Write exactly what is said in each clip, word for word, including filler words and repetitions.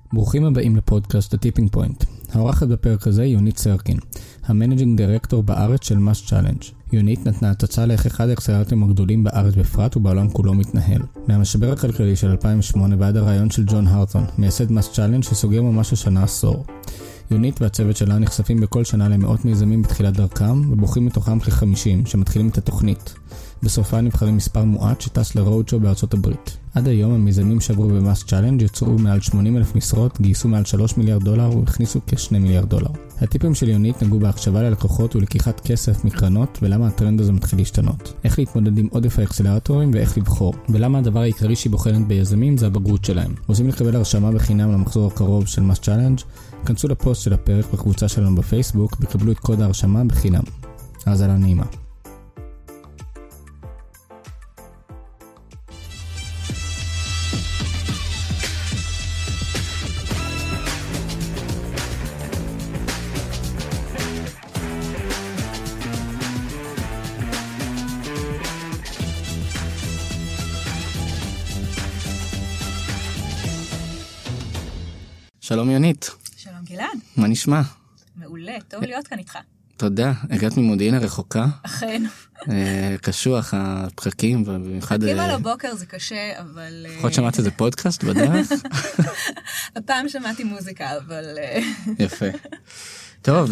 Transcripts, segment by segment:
ברוכים הבאים לפודקאסט הטיפינג פוינט. האורחת בפרק הזה היא יונית סרקין, המנג'ינג דירקטור בארץ של Mass Challenge. יונית נתנה הצצה לאיך אחד האקסלרטורים הגדולים בארץ בפרט ובעולם כולו מתנהל. מהמשבר הכלכלי של אלפיים ושמונה ועד הרעיון של ג'ון הרטון, מייסד Mass Challenge שסוגר ממש השנה עשור. יונית והצוות שלה נחשפים בכל שנה למאות מיזמים בתחילת דרכם, ובוחרים מתוכם כ-חמישים שמתחילים את התוכנית. בסופה נבחרים מספר מועט שטס לרודשו בארצות הברית. עד היום המיזמים שעברו ב-Mass Challenge יצרו מעל שמונים אלף משרות, גייסו מעל שלושה מיליארד דולר והכניסו כ-שני מיליארד דולר. הטיפים של יונית נגעו בהקשבה ללקוחות ולקיחת כסף מקרנות, ולמה הטרנד הזה מתחיל להשתנות. איך להתמודד עם עודף האקסלרטורים ואיך לבחור. ולמה הדבר העיקרי שהיא בוחרת ביזמים זה הבגרות שלהם. רוצים לקבל הרשמה בחינם למחזור הקרוב של Mass Challenge? כנסו לפוסט של הפרק בקבוצה שלנו בפייסבוק וקבלו את קוד ההרשמה בחינם. האזנה נעימה. שלום יונית. שלום גלעד. מה נשמע? מעולה, טוב להיות כאן איתך. תודה, הגעת ממודיעין הרחוקה. אכן. קשוח הפרקים, ובמיוחד... פרקים על הבוקר זה קשה, אבל... לפחות שמעת איזה פודקאסט בדרך? הפעם שמעתי מוזיקה, אבל... יפה. טוב,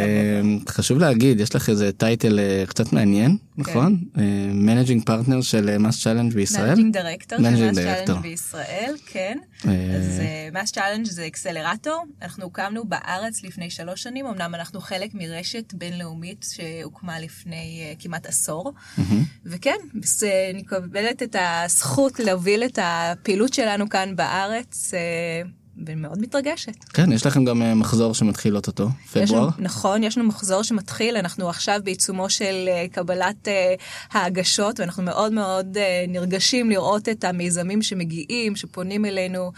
חשוב להגיד, יש לך איזה טייטל קצת מעניין, נכון? מנג'ינג פרטנר של Mass Challenge בישראל? מנג'ינג דירקטור של Mass Challenge בישראל, כן. אז Mass Challenge זה אקסלרטור. אנחנו הוקמנו בארץ לפני שלוש שנים, אמנם אנחנו חלק מרשת בינלאומית שהוקמה לפני כמעט עשור. וכן, אני מקבלת את הזכות להוביל את הפעילות שלנו כאן בארץ, ומאוד מתרגשת. כן, יש לכם גם מחזור שמתחיל אותו, פברואר? נכון, יש לנו מחזור שמתחיל, אנחנו עכשיו בעיצומו של קבלת ההגשות, ואנחנו מאוד מאוד נרגשים לראות את המיזמים שמגיעים, שפונים אלינו,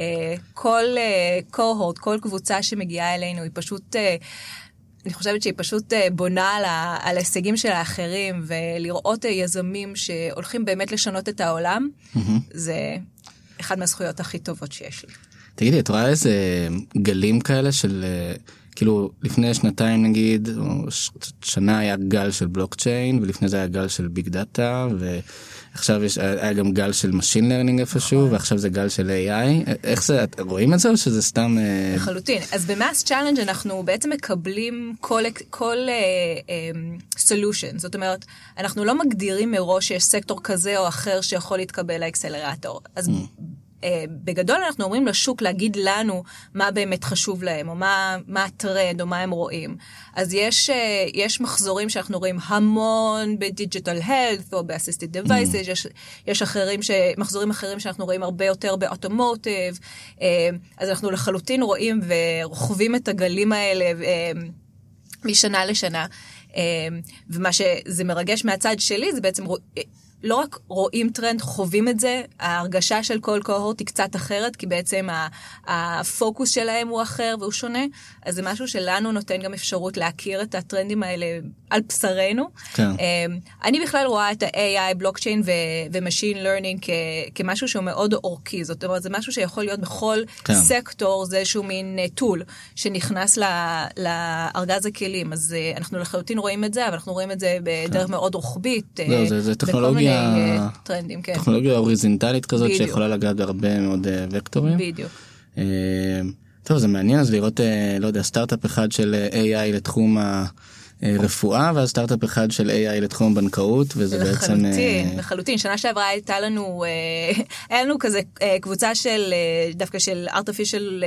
כל קוהורט, כל קבוצה שמגיעה אלינו, היא פשוט... אני חושבת שהיא פשוט בונה על, ה, על ההישגים של האחרים, ולראות יזמים שהולכים באמת לשנות את העולם, mm-hmm. זה אחד מהזכויות הכי טובות שיש לי. תגידי, את רואה איזה גלים כאלה של, כאילו, לפני שנתיים נגיד, או שנה היה גל של בלוקצ'יין, ולפני זה היה גל של ביג דאטה, ועכשיו יש, היה גם גל של משין לרנינג איפשהו, ועכשיו זה גל של איי איי. איך זה, את רואים את זה או שזה סתם... לחלוטין. אז במאס צ'אלנג' אנחנו בעצם מקבלים כל, כל uh, um, solution. זאת אומרת, אנחנו לא מגדירים מראש שיש סקטור כזה או אחר שיכול להתקבל לאקסלרטור. אז... Mm. Uh, בגדול אנחנו אומרים לשוק להגיד לנו מה באמת חשוב להם, או מה, מה הטרנד, או מה הם רואים. אז יש, uh, יש מחזורים שאנחנו רואים המון בדיג'יטל הלת' או באסיסטד דווייסס, mm. יש, יש אחרים ש, מחזורים אחרים שאנחנו רואים הרבה יותר באוטומוטיב, uh, אז אנחנו לחלוטין רואים ורוכבים את הגלים האלה uh, משנה לשנה, uh, ומה שזה מרגש מהצד שלי זה בעצם... לא רק רואים טרנד, חווים את זה, ההרגשה של כל קוהורט היא קצת אחרת, כי בעצם הפוקוס שלהם הוא אחר והוא שונה, אז זה משהו שלנו נותן גם אפשרות להכיר את הטרנדים האלה על בשרנו. כן. אני בכלל רואה את ה-איי איי, בלוקצ'יין ו-Machine Learning כמשהו שהוא מאוד אורכי, זאת אומרת, זה משהו שיכול להיות בכל כן. סקטור, זה איזשהו מין טול שנכנס לארגז הכלים, אז אנחנו לחלוטין רואים את זה, אבל אנחנו רואים את זה בדרך כן. מאוד רוחבית. לא, זה, זה טכנולוגיה טרנדים, כן. טכנולוגיה אוריזונטלית כזאת בדיוק. שיכולה לגעת בהרבה מאוד וקטורים. בדיוק. טוב, זה מעניין, אז לראות, לא יודע, סטארט-אפ אחד של איי איי לתחום הרפואה, ואז סטארט-אפ אחד של איי איי לתחום בנקאות, וזה בעצם... לחלוטין, לחלוטין. שנה שעברה הייתה לנו, היה לנו כזה קבוצה של, דווקא של artificial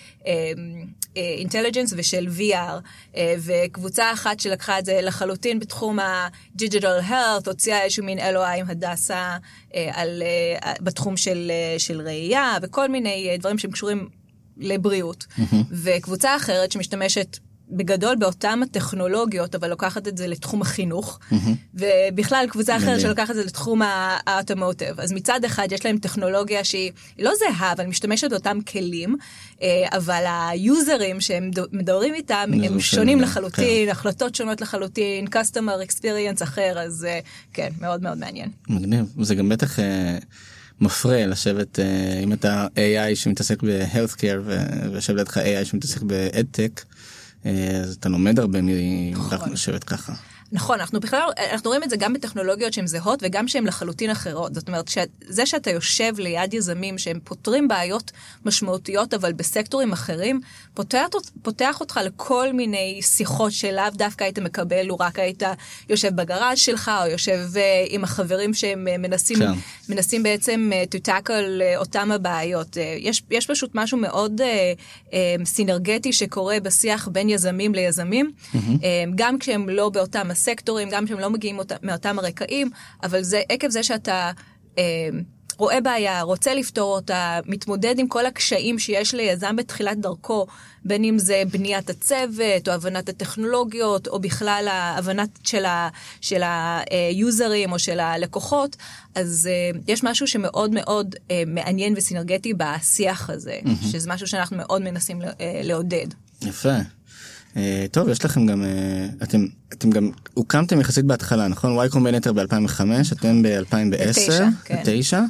intelligence ושל וי אר, וקבוצה אחת שלקחה את זה לחלוטין בתחום ה-digital health, הוציאה איזשהו מין אל או איי עם הדסה על, בתחום של, של ראייה, וכל מיני דברים שהם קשורים לבריאות. וקבוצה אחרת שמשתמשת בגדול באותם הטכנולוגיות, אבל לוקחת את זה לתחום החינוך, ובכלל קבוצה אחרת שלוקחת את זה לתחום האוטומוטיב. אז מצד אחד יש להם טכנולוגיה שהיא לא זהה, אבל משתמשת באותם כלים, אבל היוזרים שהם מדברים איתם, הם שונים לחלוטין, החלטות שונות לחלוטין, customer experience אחר, אז כן, מאוד מאוד מעניין. מגניב. זה גם בטח... מפרה לשבת, אם אתה איי איי שמתעסק ב-healthcare ויושב לידך איי איי שמתעסק ב-edtech, אז אתה לומד הרבה מלכך לשבת ככה. נכון, אנחנו בכלל, אנחנו רואים את זה גם בטכנולוגיות שהן זהות וגם שהן לחלוטין אחרות. זאת אומרת, זה שאתה יושב ליד יזמים שהם פותרים בעיות משמעותיות, אבל בסקטורים אחרים, פותח, פותח אותך לכל מיני שיחות שלאו דווקא היית מקבל, הוא רק היית יושב בגראז' שלך, או יושב עם החברים שהם מנסים, כן. מנסים בעצם to tackle אותם הבעיות. יש, יש פשוט משהו מאוד סינרגטי שקורה בשיח בין יזמים ליזמים, mm-hmm. גם כשהם לא באותם הסקטורים, גם שהם לא מגיעים אותה, מאותם הרקעים, אבל זה עקב זה שאתה אה, רואה בעיה, רוצה לפתור אותה, מתמודד עם כל הקשיים שיש ליזם בתחילת דרכו, בין אם זה בניית הצוות, או הבנת הטכנולוגיות, או בכלל ההבנת של, ה, של היוזרים, או של הלקוחות, אז אה, יש משהו שמאוד מאוד אה, מעניין וסינרגטי בשיח הזה, mm-hmm. שזה משהו שאנחנו מאוד מנסים אה, לעודד. יפה. טוב, יש לכם גם, אתם, אתם גם, הוקמתם יחסית בהתחלה, נכון? וואי קומבינטור ב-אלפיים וחמש, אתם ב-אלפיים ועשר, ב-תשע.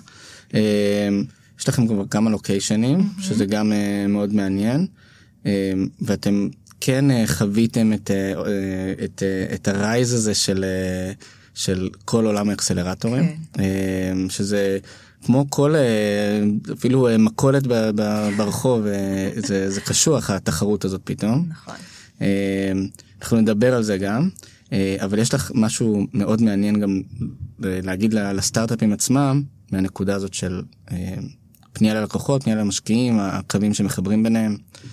יש לכם כבר כמה לוקיישנים, שזה גם מאוד מעניין, ואתם כן חוויתם את, את, את הרייז הזה של, של כל עולם האקסלרטורים, שזה כמו כל, אפילו מקולת ברחוב, זה, זה קשוח התחרות הזאת פתאום. נכון. אנחנו נדבר על זה גם, אבל יש לך משהו מאוד מעניין גם להגיד לסטארט-אפים עצמם, מהנקודה הזאת של פנייה ללקוחות, פנייה למשקיעים, הקווים שמחברים ביניהם.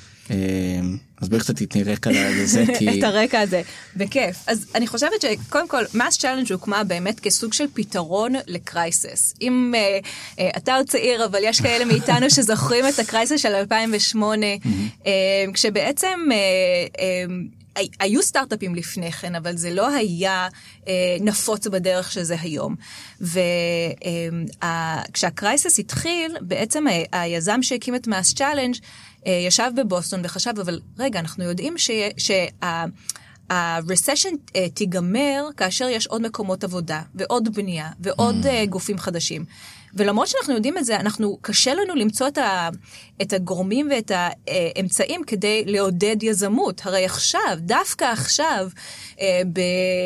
אז בואי קצת תתני רקע לזה, כי... את הרקע הזה, בכיף. אז אני חושבת שקודם כל, Mass Challenge הוקמה באמת כסוג של פתרון לקרייסס. אם uh, uh, אתה עוד צעיר, אבל יש כאלה מאיתנו שזוכרים את הקרייסס של אלפיים ושמונה, uh, כשבעצם... Uh, uh, היו סטארט-אפים לפני כן, אבל זה לא היה אה, נפוץ בדרך שזה היום. וכשהקרייסס התחיל, בעצם ה- היזם שהקים את Mass Challenge, אה, ישב בבוסטון וחשב, אבל רגע, אנחנו יודעים שהרסשן אה, תיגמר כאשר יש עוד מקומות עבודה, ועוד בנייה, ועוד אה, גופים חדשים. ולמרות שאנחנו יודעים את זה, אנחנו, קשה לנו למצוא את, ה, את הגורמים ואת האמצעים כדי לעודד יזמות. הרי עכשיו, דווקא עכשיו, אה, ב...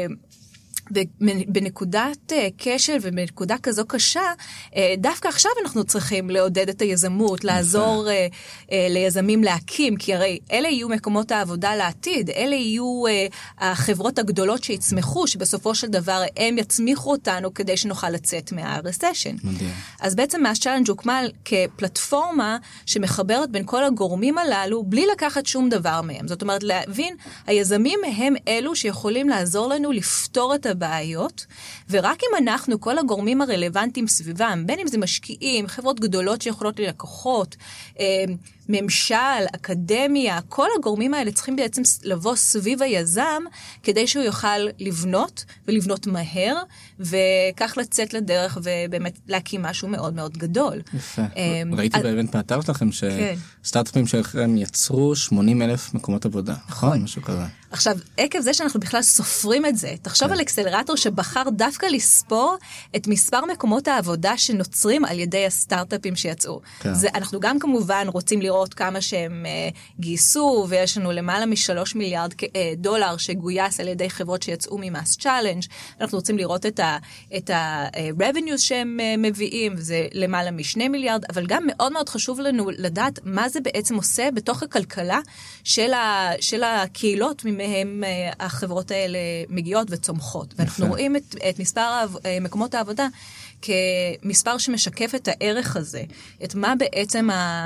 בנקודת כשל ובנקודה כזו קשה, דווקא עכשיו אנחנו צריכים לעודד את היזמות, לעזור ליזמים להקים, כי הרי אלה יהיו מקומות העבודה לעתיד, אלה יהיו החברות הגדולות שיצמחו, שבסופו של דבר הם יצמיחו אותנו כדי שנוכל לצאת מהרסשן. אז בעצם Mass Challenge הוקמה כפלטפורמה שמחברת בין כל הגורמים הללו, בלי לקחת שום דבר מהם. זאת אומרת, להבין, היזמים הם אלו שיכולים לעזור לנו לפתור את הבעיות, ורק אם אנחנו, כל הגורמים הרלוונטיים סביבם, בין אם זה משקיעים, חברות גדולות שיכולות ללקוחות, ממשל, אקדמיה, כל הגורמים האלה צריכים בעצם לבוא סביב היזם, כדי שהוא יוכל לבנות, ולבנות מהר, וכך לצאת לדרך, ובאמת להקים משהו מאוד מאוד גדול. יפה. ראיתי באבנט באתר שלכם, שסטארט-אפים שלכם יצרו שמונים אלף מקומות עבודה. נכון, משהו כזה. עכשיו, עקב זה שאנחנו בכלל סופרים את זה, תחשוב על אקסלרטור שבחר דווקא לספור את מספר מקומות העבודה שנוצרים על ידי הסטארט-אפים שיצאו. זה, אנחנו גם כמובן רוצים לראות כמה שהם uh, גייסו, ויש לנו למעלה משלוש מיליארד uh, דולר שגויס על ידי חברות שיצאו ממאס צ'אלנג'. אנחנו רוצים לראות את ה, את ה-revenues שהם uh, מביאים, וזה למעלה משני מיליארד, אבל גם מאוד מאוד חשוב לנו לדעת מה זה בעצם עושה בתוך הכלכלה של, ה, של הקהילות מהם uh, החברות האלה מגיעות וצומחות. ואנחנו רואים את, את מספר uh, מקומות העבודה כמספר שמשקף את הערך הזה, את מה בעצם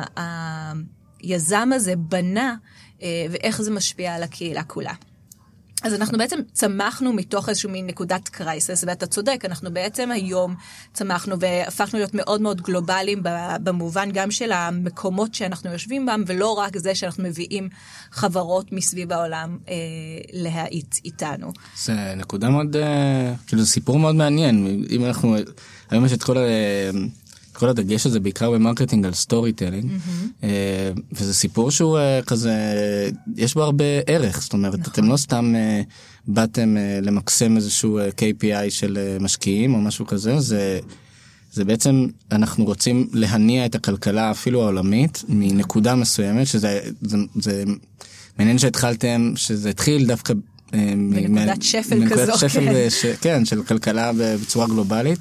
היזם הזה בנה, ואיך זה משפיע על הקהילה כולה. אז אנחנו בעצם צמחנו מתוך איזשהו מין נקודת קרייסס, ואתה צודק, אנחנו בעצם היום צמחנו והפכנו להיות מאוד מאוד גלובליים במובן גם של המקומות שאנחנו יושבים בהם, ולא רק זה שאנחנו מביאים חברות מסביב העולם אה, להאיט איתנו. זה נקודה מאוד, כאילו זה סיפור מאוד מעניין. אם אנחנו, היום יש את כל ה... כל הדגש הזה בעיקר במרקטינג על סטורי טלינג, mm-hmm. וזה סיפור שהוא כזה, יש בו הרבה ערך, זאת אומרת, נכון. אתם לא סתם באתם למקסם איזשהו קיי פי איי של משקיעים או משהו כזה, זה, זה בעצם, אנחנו רוצים להניע את הכלכלה אפילו העולמית, מנקודה מסוימת, שזה, זה, זה, מעניין שהתחלתם, שזה התחיל דווקא, בנקודת שפל כזו, מנקודת שפל, ש, כן, של כלכלה בצורה גלובלית,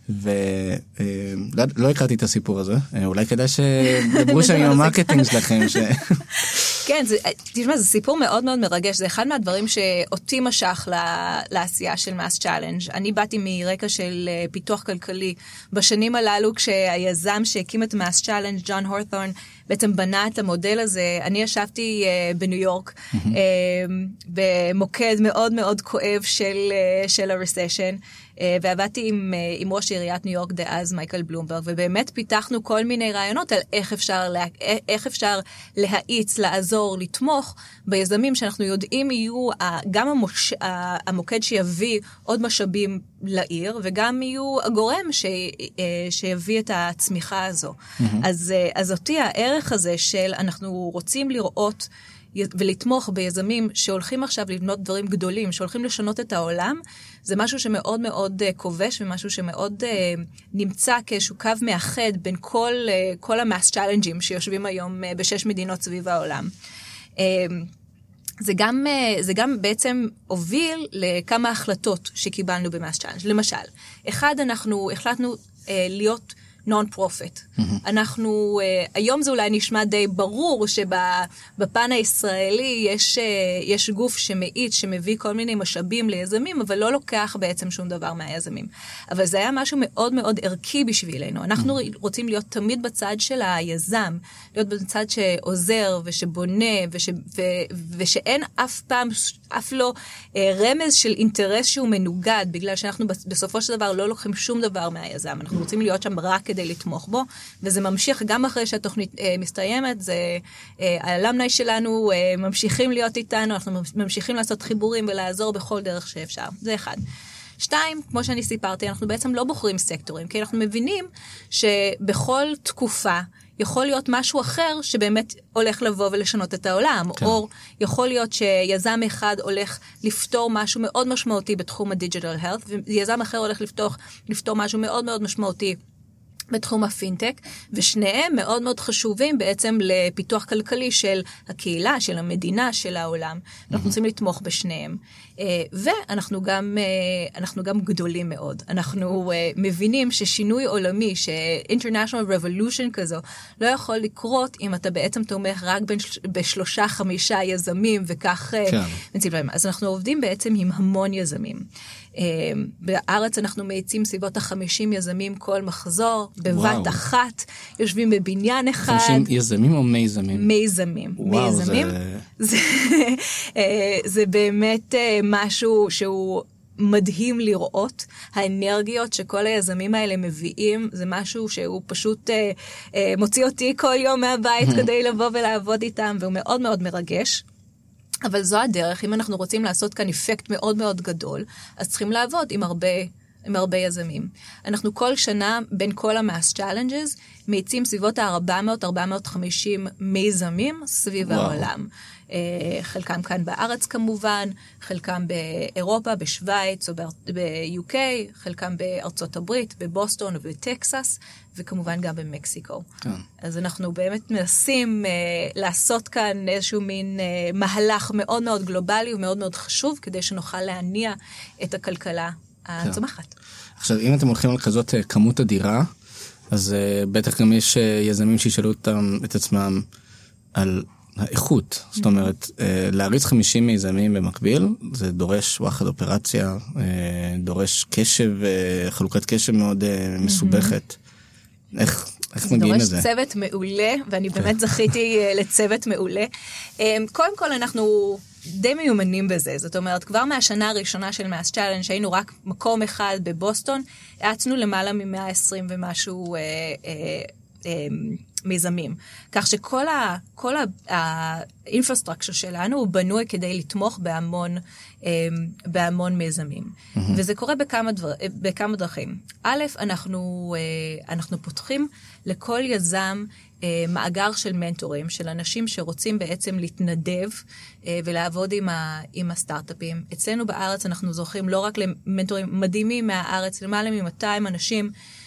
ולא הכרתי את הסיפור הזה, אולי כדאי שדברו שם עם המרקטינג שלכם. כן, תשמע, זה סיפור מאוד מאוד מרגש, זה אחד מהדברים שאותי משך לעשייה של מאס צ'אלנג'. אני באתי מרקע של פיתוח כלכלי בשנים הללו, כשהיזם שהקים את מאס צ'אלנג', ג'ון הורת'ורן, בעצם בנה את המודל הזה. אני ישבתי בניו יורק, במוקד מאוד מאוד כואב של הרסשן, ועבדתי עם, עם ראש עיריית ניו יורק דאז, מייקל בלומברג, ובאמת פיתחנו כל מיני רעיונות על איך אפשר, לה, איך אפשר להאיץ, לעזור, לתמוך ביזמים שאנחנו יודעים יהיו גם המוש, המוקד שיביא עוד משאבים לעיר, וגם יהיו הגורם ש, שיביא את הצמיחה הזו. Mm-hmm. אז, אז אותי הערך הזה של אנחנו רוצים לראות ולתמוך ביזמים שהולכים עכשיו לבנות דברים גדולים, שהולכים לשנות את העולם, זה משהו שמאוד מאוד כובש, ומשהו שמאוד נמצא כאיזשהו קו מאחד בין כל, כל המאס צ'אלנג'ים שיושבים היום בשש מדינות סביב העולם. זה גם, זה גם בעצם הוביל לכמה החלטות שקיבלנו במאס צ'אלנג'. למשל, אחד, אנחנו החלטנו להיות נון פרופיט. Mm-hmm. אנחנו, uh, היום זה אולי נשמע די ברור שבפן הישראלי יש, uh, יש גוף שמאיץ, שמביא כל מיני משאבים ליזמים, אבל לא לוקח בעצם שום דבר מהיזמים. אבל זה היה משהו מאוד מאוד ערכי בשבילנו. אנחנו mm-hmm. רוצים להיות תמיד בצד של היזם, להיות בצד שעוזר ושבונה, וש, ו, ושאין אף פעם, אף לא uh, רמז של אינטרס שהוא מנוגד, בגלל שאנחנו בסופו של דבר לא לוקחים שום דבר מהיזם. אנחנו רוצים להיות שם רק כדי לתמוך בו, וזה ממשיך גם אחרי שהתוכנית אה, מסתיימת, זה, אה, האלמני שלנו אה, ממשיכים להיות איתנו, אנחנו ממשיכים לעשות חיבורים ולעזור בכל דרך שאפשר. זה אחד. שתיים, כמו שאני סיפרתי, אנחנו בעצם לא בוחרים סקטורים, כי אנחנו מבינים שבכל תקופה יכול להיות משהו אחר שבאמת הולך לבוא ולשנות את העולם, כן. או יכול להיות שיזם אחד הולך לפתור משהו מאוד משמעותי בתחום הדיג'יטל הלת', ויזם אחר הולך לפתור, לפתור משהו מאוד מאוד משמעותי בתחום הפינטק, ושניהם מאוד מאוד חשובים בעצם לפיתוח כלכלי של הקהילה, של המדינה, של העולם. Mm-hmm. אנחנו רוצים לתמוך בשניהם. ואנחנו גם, אנחנו גם גדולים מאוד. אנחנו מבינים ששינוי עולמי, ש-International Revolution כזו, לא יכול לקרות אם אתה בעצם תומך רק בשלושה, חמישה יזמים, וכך מציב להם. אז אנחנו עובדים בעצם עם המון יזמים. בארץ אנחנו מייצים סביבות ה-חמישים יזמים כל מחזור, בבת אחת, יושבים בבניין אחד. חמישים יזמים או מיזמים? מיזמים. וואו, מיזמים. זה... זה באמת משהו שהוא מדהים לראות. האנרגיות שכל היזמים האלה מביאים, זה משהו שהוא פשוט מוציא אותי כל יום מהבית כדי לבוא ולעבוד איתם, והוא מאוד מאוד מרגש. אבל זו הדרך, אם אנחנו רוצים לעשות כאן אפקט מאוד מאוד גדול, אז צריכים לעבוד עם הרבה, עם הרבה יזמים. אנחנו כל שנה, בין כל המאס צ'אלנג'ז, מייצים סביבות ה-ארבע מאות עד ארבע מאות וחמישים מיזמים סביב וואו. העולם. חלקם כאן בארץ כמובן, חלקם באירופה, בשוויץ או ב-יו קיי, חלקם בארצות הברית, בבוסטון ובטקסס, וכמובן גם במקסיקו. כן. אז אנחנו באמת מנסים uh, לעשות כאן איזשהו מין uh, מהלך מאוד מאוד גלובלי ומאוד מאוד חשוב, כדי שנוכל להניע את הכלכלה הצומחת. כן. עכשיו, אם אתם הולכים על כזאת uh, כמות אדירה, אז uh, בטח גם יש uh, יזמים שישאלו אותם, את עצמם על האיכות. זאת אומרת, uh, להריץ חמישים מיזמים במקביל, זה דורש וואחד אופרציה, uh, דורש קשב, uh, חלוקת קשב מאוד uh, מסובכת. איך, איך מגיעים לזה? זה דורש צוות מעולה, ואני באמת זכיתי לצוות מעולה. קודם כל, אנחנו די מיומנים בזה. זאת אומרת, כבר מהשנה הראשונה של מאס צ'אלנג' היינו רק מקום אחד בבוסטון, העצנו למעלה מ-מאה ועשרים ומשהו אה, אה, אה, מיזמים. כך שכל ה, כל האינפרסטרקצ'ר שלנו הוא בנוי כדי לתמוך בהמון, בהמון מיזמים. Mm-hmm. וזה קורה בכמה, דבר, בכמה דרכים. א', אנחנו, אנחנו פותחים לכל יזם מאגר של מנטורים, של אנשים שרוצים בעצם להתנדב ולעבוד עם, ה, עם הסטארט-אפים. אצלנו בארץ אנחנו זוכים לא רק למנטורים מדהימים מהארץ, למעלה מ-מאתיים אנשים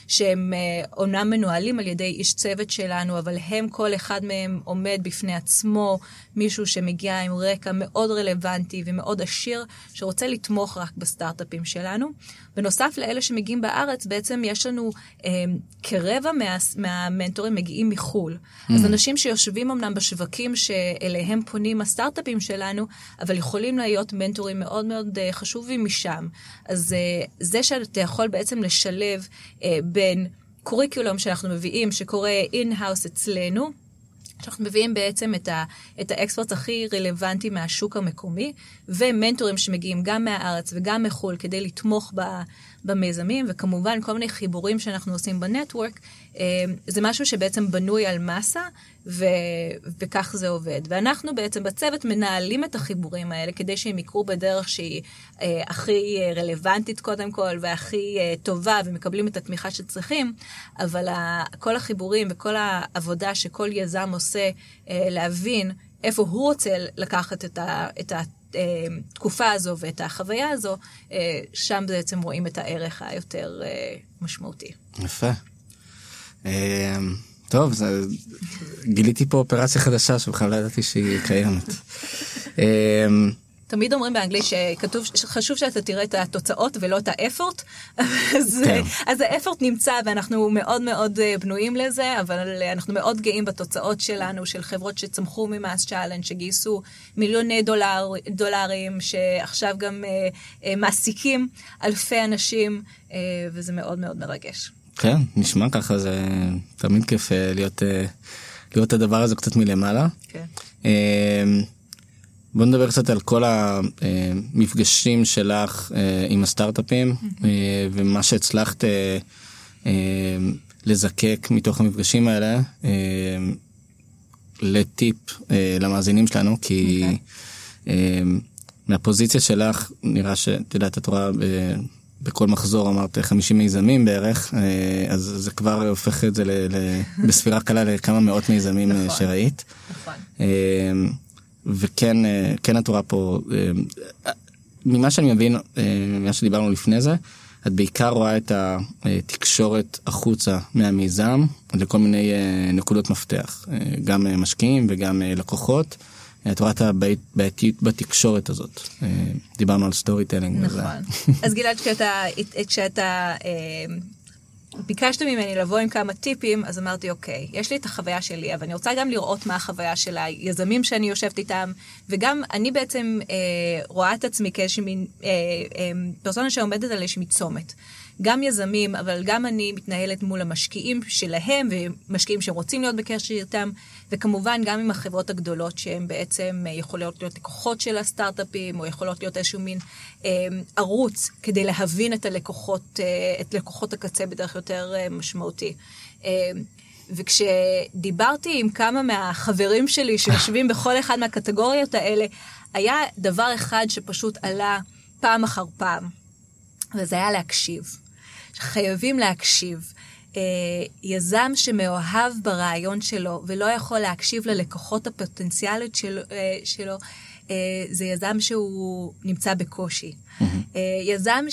שהם אומנם מנוהלים על ידי איש צוות שלנו, אבל הם, כל אחד מהם עומד בפני עצמו, מישהו שמגיע עם רקע מאוד רלוונטי ומאוד עשיר, שרוצה לתמוך רק בסטארט-אפים שלנו. בנוסף לאלה שמגיעים בארץ, בעצם יש לנו אה, כרבע מה, מהמנטורים מגיעים מחול. Mm. אז אנשים שיושבים אמנם בשווקים שאליהם פונים הסטארט-אפים שלנו, אבל יכולים להיות מנטורים מאוד מאוד אה, חשובים משם. אז אה, זה שאתה יכול בעצם לשלב אה, בין קוריקולום שאנחנו מביאים, שקורה אין-האוס אצלנו, שאנחנו מביאים בעצם את, ה, את האקספרט הכי רלוונטי מהשוק המקומי, ומנטורים שמגיעים גם מהארץ וגם מחול כדי לתמוך ב, במיזמים, וכמובן כל מיני חיבורים שאנחנו עושים בנטוורק, זה משהו שבעצם בנוי על מסה, ו, וכך זה עובד. ואנחנו בעצם בצוות מנהלים את החיבורים האלה, כדי שהם יקרו בדרך שהיא אה, הכי רלוונטית קודם כל, והכי אה, טובה, ומקבלים את התמיכה שצריכים, אבל ה, כל החיבורים וכל העבודה שכל יזם עושה, אה, להבין איפה הוא רוצה לקחת את ה... את ה תקופה הזו ואת החוויה הזו, שם בעצם רואים את הערך היותר משמעותי. יפה. טוב, גיליתי פה אופרציה חדשה שבכלל לא ידעתי שהיא קיימת. תמיד אומרים באנגלית שכתוב, חשוב שאתה תראה את התוצאות ולא את האפורט, אז, אז האפורט נמצא ואנחנו מאוד מאוד בנויים לזה, אבל אנחנו מאוד גאים בתוצאות שלנו, של חברות שצמחו ממאס צ'אלנג' שגייסו מיליוני דולר, דולרים, שעכשיו גם אה, מעסיקים אלפי אנשים, אה, וזה מאוד מאוד מרגש. כן, נשמע ככה, זה תמיד כיף להיות, להיות הדבר הזה קצת מלמעלה. כן. אה, בוא נדבר קצת על כל המפגשים שלך עם הסטארט-אפים, ומה שהצלחת לזקק מתוך המפגשים האלה, לטיפ למאזינים שלנו, כי מהפוזיציה שלך, נראה שאת יודעת, את רואה בכל מחזור, אמרת חמישים מיזמים בערך, אז זה כבר הופך את זה בספירה קלה לכמה מאות מיזמים שראית. נכון. וכן, כן התורה פה, ממה שאני מבין, ממה שדיברנו לפני זה, את בעיקר רואה את התקשורת החוצה מהמיזם, לכל מיני נקודות מפתח, גם משקיעים וגם לקוחות, את רואה את הבעייתיות בתקשורת הזאת. דיברנו על סטורי טלינג. נכון. אז גלעד, כשאתה ביקשת ממני לבוא עם כמה טיפים, אז אמרתי, אוקיי, יש לי את החוויה שלי, אבל אני רוצה גם לראות מה החוויה של היזמים שאני יושבת איתם, וגם אני בעצם אה, רואה את עצמי כאיזושהי מין אה, אה, פרסונה שעומדת על איזושהי מצומת. גם יזמים, אבל גם אני מתנהלת מול המשקיעים שלהם, ומשקיעים שרוצים להיות בקשר איתם, וכמובן גם עם החברות הגדולות, שהן בעצם יכולות להיות לקוחות של הסטארט-אפים, או יכולות להיות איזשהו מין אה, ערוץ, כדי להבין את הלקוחות, אה, את לקוחות הקצה בדרך יותר אה, משמעותי. אה, וכשדיברתי עם כמה מהחברים שלי, שיושבים בכל אחד מהקטגוריות האלה, היה דבר אחד שפשוט עלה פעם אחר פעם, וזה היה להקשיב. חייבים להקשיב. אה, יזם שמאוהב ברעיון שלו, ולא יכול להקשיב ללקוחות הפוטנציאליות של, אה, שלו, אה, זה יזם שהוא נמצא בקושי. Mm-hmm. אה, יזם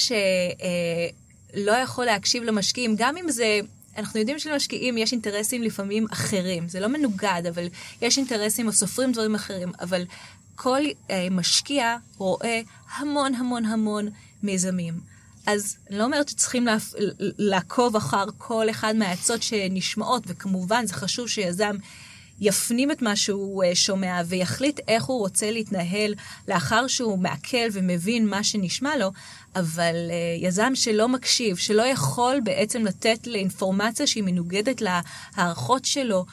שלא אה, יכול להקשיב למשקיעים, גם אם זה, אנחנו יודעים שלמשקיעים יש אינטרסים לפעמים אחרים, זה לא מנוגד, אבל יש אינטרסים או סופרים דברים אחרים, אבל כל אה, משקיע רואה המון המון המון מיזמים. אז אני לא אומרת שצריכים לעקוב אחר כל אחד מהעצות שנשמעות, וכמובן זה חשוב שיזם יפנים את מה שהוא שומע, ויחליט איך הוא רוצה להתנהל לאחר שהוא מעכל ומבין מה שנשמע לו, אבל יזם שלא מקשיב, שלא יכול בעצם לתת לאינפורמציה שהיא מנוגדת להערכות שלו,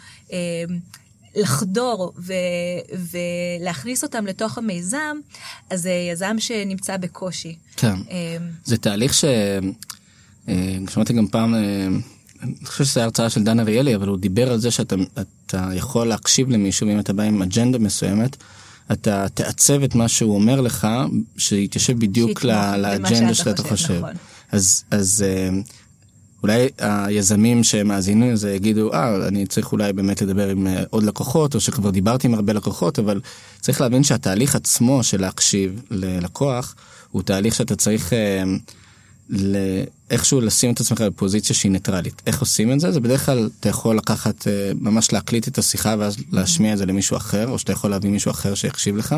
לחדור ו- ולהכניס אותם לתוך המיזם, אז זה יזם שנמצא בקושי. כן. זה תהליך ש... שמעתי גם פעם, אני חושב שזה הרצאה של דן אריאלי, אבל הוא דיבר על זה שאתה אתה יכול להקשיב למישהו, ואם אתה בא עם אג'נדה מסוימת, אתה תעצב את מה שהוא אומר לך, שיתיישב בדיוק לאג'נדה שאתה חושב. נכון. אז... אז אולי היזמים שמאזינים לזה יגידו, אה, אני צריך אולי באמת לדבר עם עוד לקוחות, או שכבר דיברתי עם הרבה לקוחות, אבל צריך להבין שהתהליך עצמו של להקשיב ללקוח, הוא תהליך שאתה צריך איכשהו לשים את עצמך בפוזיציה שהיא ניטרלית. איך עושים את זה? זה בדרך כלל אתה יכול לקחת, ממש להקליט את השיחה ואז להשמיע את זה למישהו אחר, או שאתה יכול להביא מישהו אחר שיקשיב לך.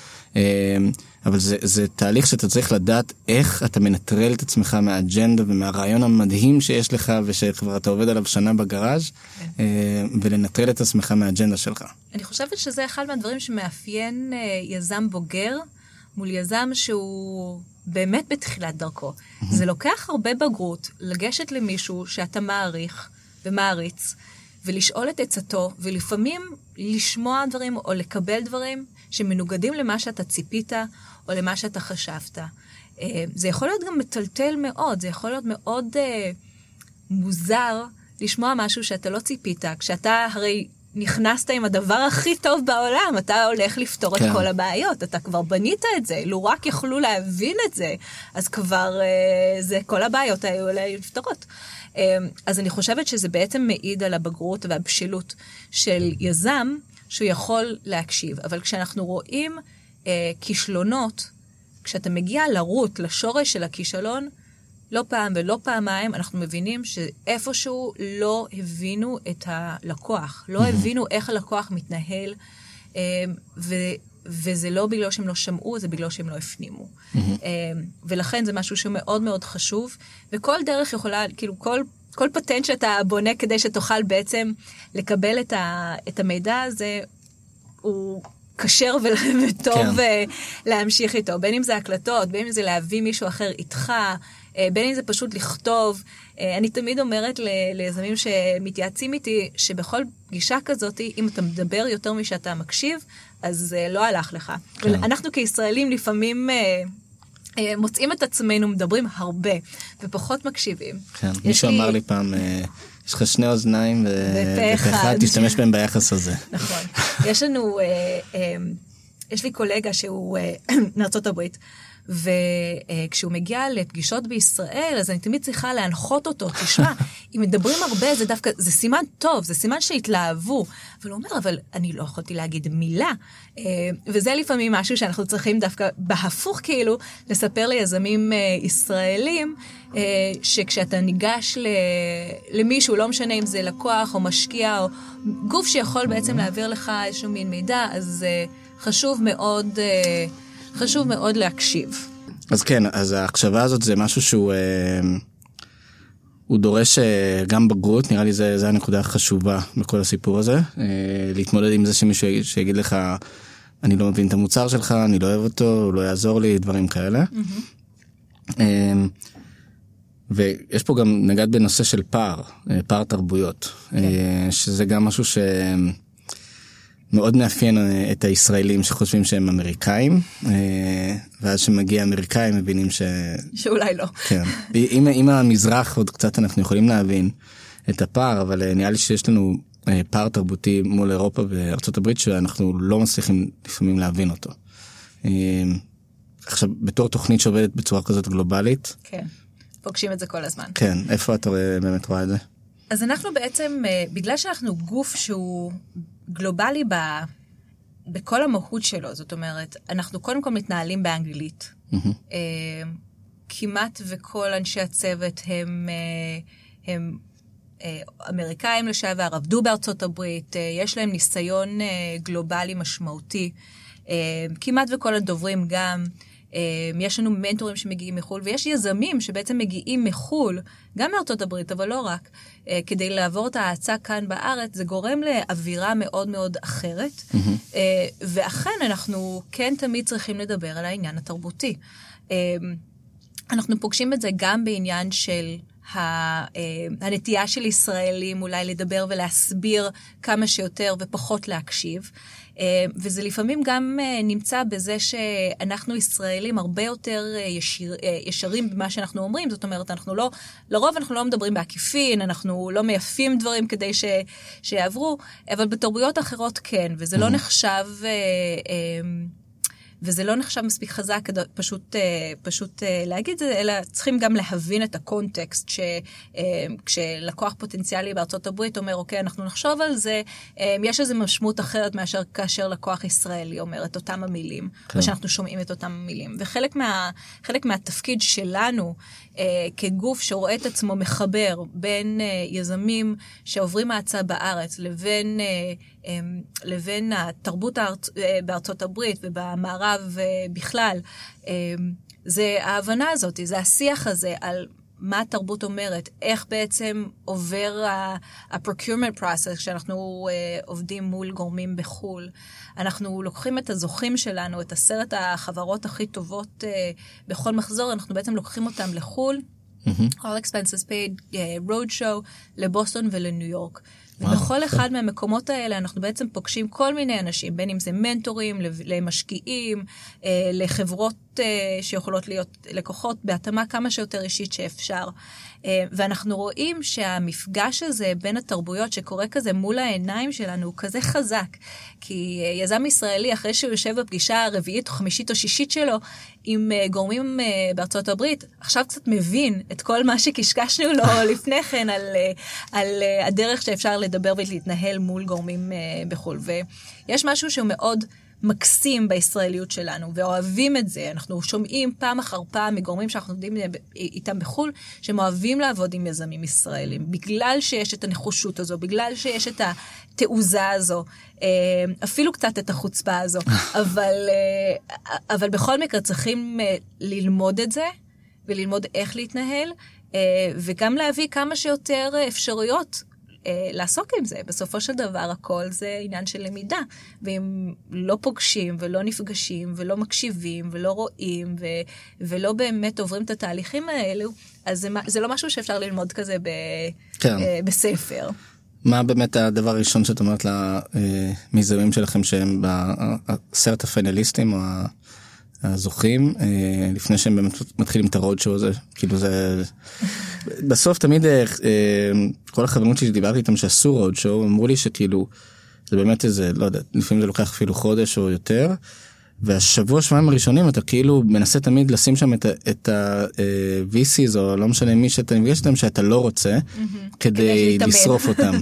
אבל זה, זה תהליך שאתה צריך לדעת איך אתה מנטרל את עצמך מהאג'נדה ומהרעיון המדהים שיש לך ושכבר אתה עובד עליו שנה בגראז' ולנטרל את עצמך מהאג'נדה שלך. אני חושבת שזה אחד מהדברים שמאפיין יזם בוגר מול יזם שהוא באמת בתחילת דרכו. זה לוקח הרבה בגרות לגשת למישהו שאתה מעריך ומעריץ ולשאול את עצתו ולפעמים לשמוע דברים או לקבל דברים שמנוגדים למה שאתה ציפית או למה שאתה חשבת. זה יכול להיות גם מטלטל מאוד, זה יכול להיות מאוד מוזר לשמוע משהו שאתה לא ציפית, כשאתה הרי נכנסת עם הדבר הכי טוב בעולם, אתה הולך לפתור כן. את כל הבעיות, אתה כבר בנית את זה, לו רק יכלו להבין את זה, אז כבר זה, כל הבעיות היו לפתורות. אז אני חושבת שזה בעצם מעיד על הבגרות והבשילות של יזם, שהוא יכול להקשיב. אבל כשאנחנו רואים אה, כישלונות, כשאתה מגיע לרוט, לשורש של הכישלון, לא פעם ולא פעמיים, אנחנו מבינים שאיפשהו לא הבינו את הלקוח. לא mm-hmm. הבינו איך הלקוח מתנהל, אה, ו, וזה לא בגלל שהם לא שמעו, זה בגלל שהם לא הפנימו. Mm-hmm. אה, ולכן זה משהו שמאוד מאוד חשוב, וכל דרך יכולה, כאילו כל... כל פטנט שאתה בונה כדי שתוכל בעצם לקבל את, ה, את המידע הזה, הוא קשר וטוב כן. להמשיך איתו. בין אם זה הקלטות, בין אם זה להביא מישהו אחר איתך, בין אם זה פשוט לכתוב. אני תמיד אומרת ליזמים שמתייעצים איתי, שבכל פגישה כזאת, אם אתה מדבר יותר משאתה מקשיב, אז לא הלך לך. כן. אנחנו כישראלים לפעמים... מוצאים את עצמנו, מדברים הרבה, ופחות מקשיבים. כן, מישהו אמר לי פעם, יש לך שני אוזניים, ופה אחד, תשתמש בהם ביחס הזה. נכון. יש לנו, יש לי קולגה שהוא מארצות הברית, וכשהוא מגיע לפגישות בישראל, אז אני תמיד צריכה להנחות אותו, תשמע, אם מדברים הרבה, זה דווקא, זה סימן טוב, זה סימן שהתלהבו, אבל הוא אומר, אבל אני לא יכולתי להגיד מילה, וזה לפעמים משהו שאנחנו צריכים דווקא בהפוך כאילו, לספר ליזמים ישראלים, שכשאתה ניגש למישהו, לא משנה אם זה לקוח או משקיע, או גוף שיכול בעצם להעביר לך איזשהו מין מידע, אז חשוב מאוד... חשוב מאוד להקשיב. אז כן, אז ההקשבה הזאת זה משהו שהוא הוא דורש גם בגרות, נראה לי זה, זה הנקודה החשובה בכל הסיפור הזה, להתמודד עם זה שמישהו שיגיד לך, אני לא מבין את המוצר שלך, אני לא אוהב אותו, הוא לא יעזור לי, דברים כאלה. Mm-hmm. ויש פה גם נגד בנושא של פער, פער תרבויות, okay. שזה גם משהו ש... מאוד מאפיין את הישראלים שחושבים שהם אמריקאים, ואז שמגיע אמריקאים מבינים ש... שאולי לא. כן. עם, עם המזרח עוד קצת אנחנו יכולים להבין את הפער, אבל נראה לי שיש לנו פער תרבותי מול אירופה וארצות הברית שאנחנו לא מצליחים לפעמים להבין אותו. עכשיו, בתור תוכנית שעובדת בצורה כזאת גלובלית. כן, פוגשים את זה כל הזמן. כן, איפה אתה באמת רואה את זה? אז אנחנו בעצם, בגלל שאנחנו גוף שהוא... גלובלי ב, בכל המהות שלו, זאת אומרת, אנחנו קודם כל מתנהלים באנגלית. Mm-hmm. כמעט וכל אנשי הצוות הם, הם אמריקאים לשעבר, עבדו בארצות הברית, יש להם ניסיון גלובלי משמעותי. כמעט וכל הדוברים גם, יש לנו מנטורים שמגיעים מחול, ויש יזמים שבעצם מגיעים מחול, גם מארצות הברית, אבל לא רק, כדי לעבור את ההצעה כאן בארץ, זה גורם לאווירה מאוד מאוד אחרת, mm-hmm. ואכן אנחנו כן תמיד צריכים לדבר על העניין התרבותי. אנחנו פוגשים את זה גם בעניין של הנטייה של ישראלים, אולי לדבר ולהסביר כמה שיותר ופחות להקשיב, וזה לפעמים גם נמצא בזה שאנחנו ישראלים הרבה יותר ישיר, ישרים במה שאנחנו אומרים, זאת אומרת, אנחנו לא, לרוב אנחנו לא מדברים בעקיפין, אנחנו לא מייפים דברים כדי ש, שיעברו, אבל בתרבויות אחרות כן, וזה לא נחשב, וזה לא נחשב מספיק חזק כדי פשוט, פשוט להגיד את זה, אלא צריכים גם להבין את הקונטקסט, שכשלקוח פוטנציאלי בארצות הברית אומר, אוקיי, אנחנו נחשוב על זה, יש איזו משמעות אחרת מאשר כאשר לקוח ישראלי אומר את אותם המילים, או שאנחנו שומעים את אותם המילים. וחלק מה, חלק מהתפקיד שלנו, כגוף שרואה את עצמו מחבר בין יזמים שעוברים ההצעה בארץ, לבין, לבין התרבות בארצות הברית ובמערב בכלל, זה ההבנה הזאת, זה השיח הזה על מה התרבות אומרת, איך בעצם עובר ה-procurement process כשאנחנו עובדים מול גורמים בחול. אנחנו לוקחים את הזוכים שלנו, את עשרת החברות הכי טובות בכל מחזור, אנחנו בעצם לוקחים אותם לחול, all expenses paid, road show, לבוסטון ולניו יורק. ובכל אחד מהמקומות האלה אנחנו בעצם פוגשים כל מיני אנשים, בין אם זה מנטורים, למשקיעים, לחברות שיכולות להיות לקוחות, בהתאמה כמה שיותר אישית שאפשר. ואנחנו רואים שהמפגש הזה בין התרבויות שקורה כזה מול העיניים שלנו הוא כזה חזק. כי יזם ישראלי, אחרי שהוא יושב בפגישה הרביעית או חמישית או שישית שלו, עם גורמים בארצות הברית, עכשיו קצת מבין את כל מה שקשקשנו לו לפני כן על, על הדרך שאפשר לדבר ולהתנהל מול גורמים בחול. ויש משהו שהוא מאוד מקסים בישראליות שלנו, ואוהבים את זה. אנחנו שומעים פעם אחר פעם מגורמים שאנחנו עובדים איתם בחול, שהם אוהבים לעבוד עם יזמים ישראלים, בגלל שיש את הנחישות הזו, בגלל שיש את התעוזה הזו, אפילו קצת את החוצפה הזו, אבל, אבל בכל מקרה צריכים ללמוד את זה, וללמוד איך להתנהל, וגם להביא כמה שיותר אפשרויות לעסוק עם זה. בסופו של דבר הכל זה עניין של למידה, ואם לא פוגשים ולא נפגשים ולא מקשיבים ולא רואים ו- ולא באמת עוברים את התהליכים האלו, אז זה, זה לא משהו שאפשר ללמוד כזה ב- כן. בספר. מה באמת הדבר הראשון שאת אומרת למיזמים שלכם שהם בעשרת הפיינליסטים או הזוכים, לפני שהם באמת מתחילים את הרוד שואו הזה? כאילו זה... בסוף תמיד כל החברות שדיברתי איתם שעשו רוד שואו, אמרו לי שכאילו זה באמת איזה, לא יודע, לפעמים זה לוקח אפילו חודש או יותר, והשבוע שבועיים הראשונים אתה כאילו מנסה תמיד לשים שם את ה-וי סי'ס או לא משנה מי שאתה נפגש איתם שאתה לא רוצה, כדי לשרוף אותם.